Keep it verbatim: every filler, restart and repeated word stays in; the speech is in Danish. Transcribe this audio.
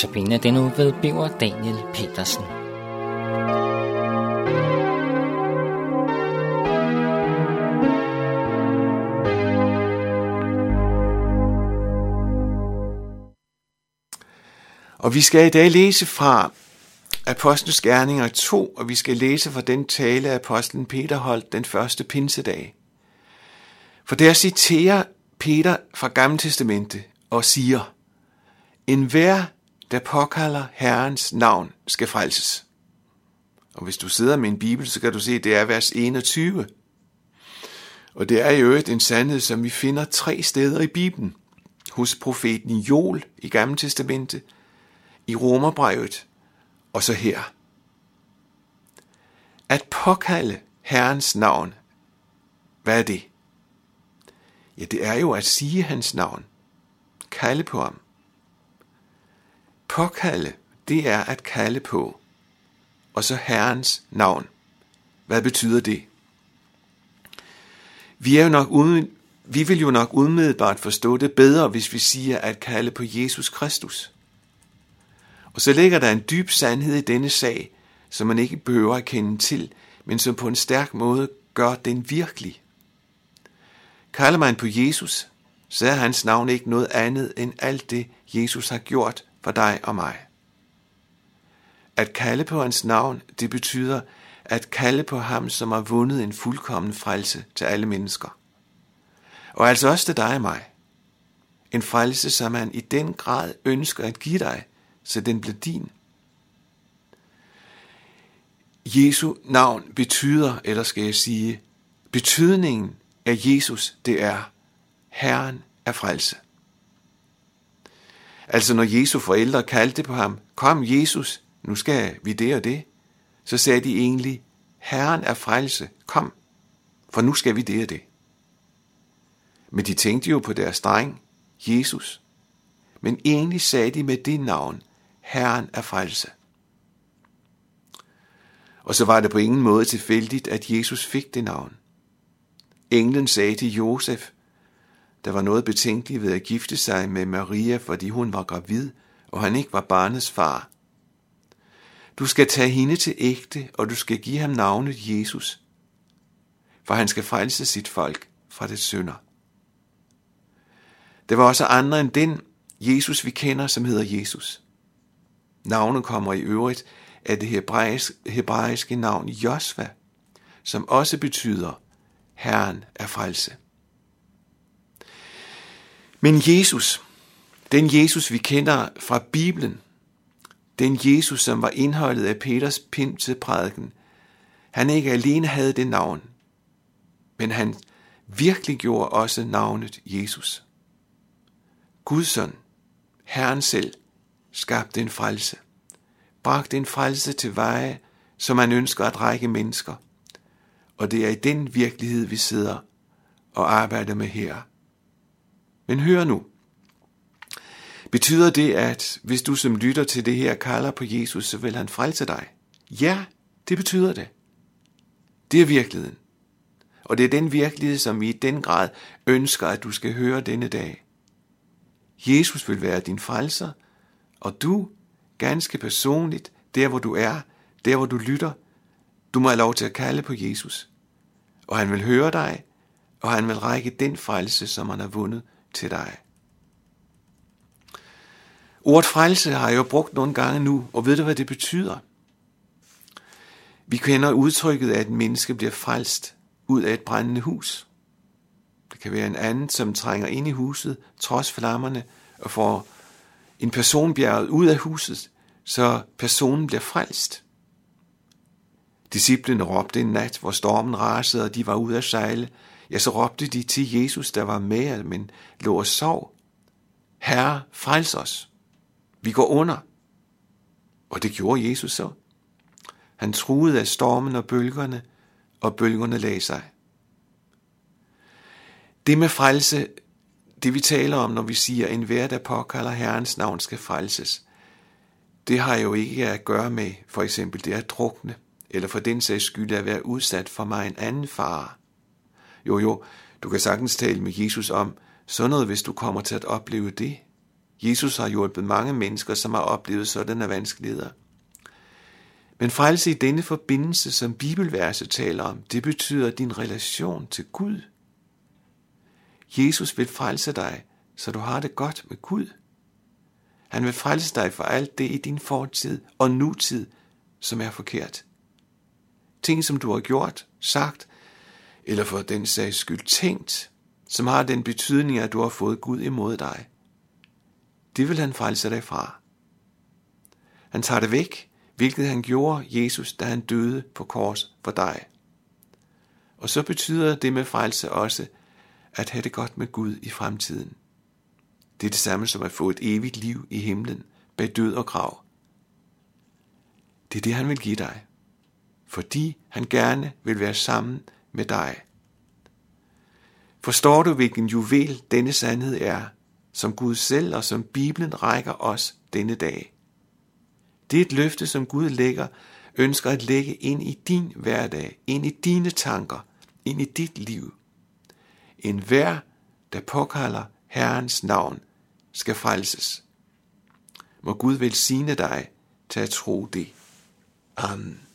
Notabene den uge ved Birger Daniel Petersen. Og vi skal i dag læse fra Apostlenes Gerninger to, og vi skal læse fra den tale, apostlen Peter holdt den første pinsedag. For der citerer Peter fra Gamle Testamente og siger, enhver, der påkalder Herrens navn, skal frelses. Og hvis du sidder med en bibel, så kan du se, at det er vers enogtyve. Og det er jo en sandhed, som vi finder tre steder i Bibelen. Hos profeten Joel i Gamle Testamente, i Romerbrevet, og så her. At påkalde Herrens navn, hvad er det? Ja, det er jo at sige hans navn. Kalde på ham. Påkalde, det er at kalde på. Og så Herrens navn. Hvad betyder det? Vi, er jo nok uden, vi vil jo nok umiddelbart forstå det bedre, hvis vi siger at kalde på Jesus Kristus. Og så ligger der en dyb sandhed i denne sag, som man ikke behøver at kende til, men som på en stærk måde gør den virkelig. Kalder man på Jesus, så er hans navn ikke noget andet end alt det, Jesus har gjort for dig og mig. At kalde på hans navn, det betyder at kalde på ham, som har vundet en fuldkommen frelse til alle mennesker. Og altså også til dig og mig. En frelse, som han i den grad ønsker at give dig, så den bliver din. Jesu navn betyder, eller skal jeg sige, betydningen af Jesus, det er, Herren er frelse. Altså når Jesu forældre kaldte på ham, kom Jesus, nu skal vi det og det, så sagde de egentlig, Herren er frelse, kom, for nu skal vi det og det. Men de tænkte jo på deres dreng, Jesus. Men egentlig sagde de med det navn, Herren er frelse. Og så var det på ingen måde tilfældigt, at Jesus fik det navn. Englen sagde til Josef, der var noget betænkeligt ved at gifte sig med Maria, fordi hun var gravid, og han ikke var barnets far. Du skal tage hende til ægte, og du skal give ham navnet Jesus, for han skal frelse sit folk fra det synder. Der var også andre end den Jesus, vi kender, som hedder Jesus. Navnet kommer i øvrigt af det hebraiske, hebraiske navn Josva, som også betyder, Herren er frelse. Men Jesus, den Jesus, vi kender fra Bibelen, den Jesus, som var indholdet af Peters pinseprædiken, han ikke alene havde det navn, men han virkelig gjorde også navnet Jesus. Guds søn, Herren selv, skabte en frelse, bragte en frelse til veje, som han ønsker at række mennesker. Og det er i den virkelighed, vi sidder og arbejder med her. Men hør nu. Betyder det, at hvis du som lytter til det her kalder på Jesus, så vil han frelse dig? Ja, det betyder det. Det er virkeligheden. Og det er den virkelighed, som vi i den grad ønsker, at du skal høre denne dag. Jesus vil være din frelser, og du, ganske personligt, der hvor du er, der hvor du lytter, du må have lov til at kalde på Jesus. Og han vil høre dig, og han vil række den frelse, som han har vundet til dig. Ordet frelse har jeg jo brugt nogle gange nu, og ved du, hvad det betyder? Vi kender udtrykket, at et menneske bliver frelst ud af et brændende hus. Det kan være en anden, som trænger ind i huset, trods flammerne, og får en person bjerget ud af huset, så personen bliver frelst. Disciplene råbte en nat, hvor stormen rasede, og de var ude at sejle. Ja, så råbte de til Jesus, der var med, men lå og sov. Herre, frels os. Vi går under. Og det gjorde Jesus så. Han truede af stormen og bølgerne, og bølgerne lagde sig. Det med frelse, det vi taler om, når vi siger, en hver, der påkalder Herrens navn, skal frelses, det har jo ikke at gøre med, for eksempel det at drukne, eller for den sags skyld at være udsat for mig en anden fare. Jo jo, du kan sagtens tale med Jesus om sådan noget, hvis du kommer til at opleve det. Jesus har hjulpet mange mennesker, som har oplevet sådanne vanskeligheder. Men frelse i denne forbindelse, som bibelverset taler om, det betyder din relation til Gud. Jesus vil frelse dig, så du har det godt med Gud. Han vil frelse dig for alt det i din fortid og nutid, som er forkert. Ting, som du har gjort, sagt, eller for den sags skyld tænkt, som har den betydning, at du har fået Gud imod dig. Det vil han frelse dig fra. Han tager det væk, hvilket han gjorde Jesus, da han døde på kors for dig. Og så betyder det med frelse også, at have det godt med Gud i fremtiden. Det er det samme som at få et evigt liv i himlen, bag død og grav. Det er det, han vil give dig, fordi han gerne vil være sammen med dig. Forstår du, hvilken juvel denne sandhed er, som Gud selv og som Bibelen rækker os denne dag? Det er et løfte, som Gud lægger, ønsker at lægge ind i din hverdag, ind i dine tanker, ind i dit liv. En hver, der påkalder Herrens navn, skal frelses. Må Gud velsigne dig til at tro det. Amen.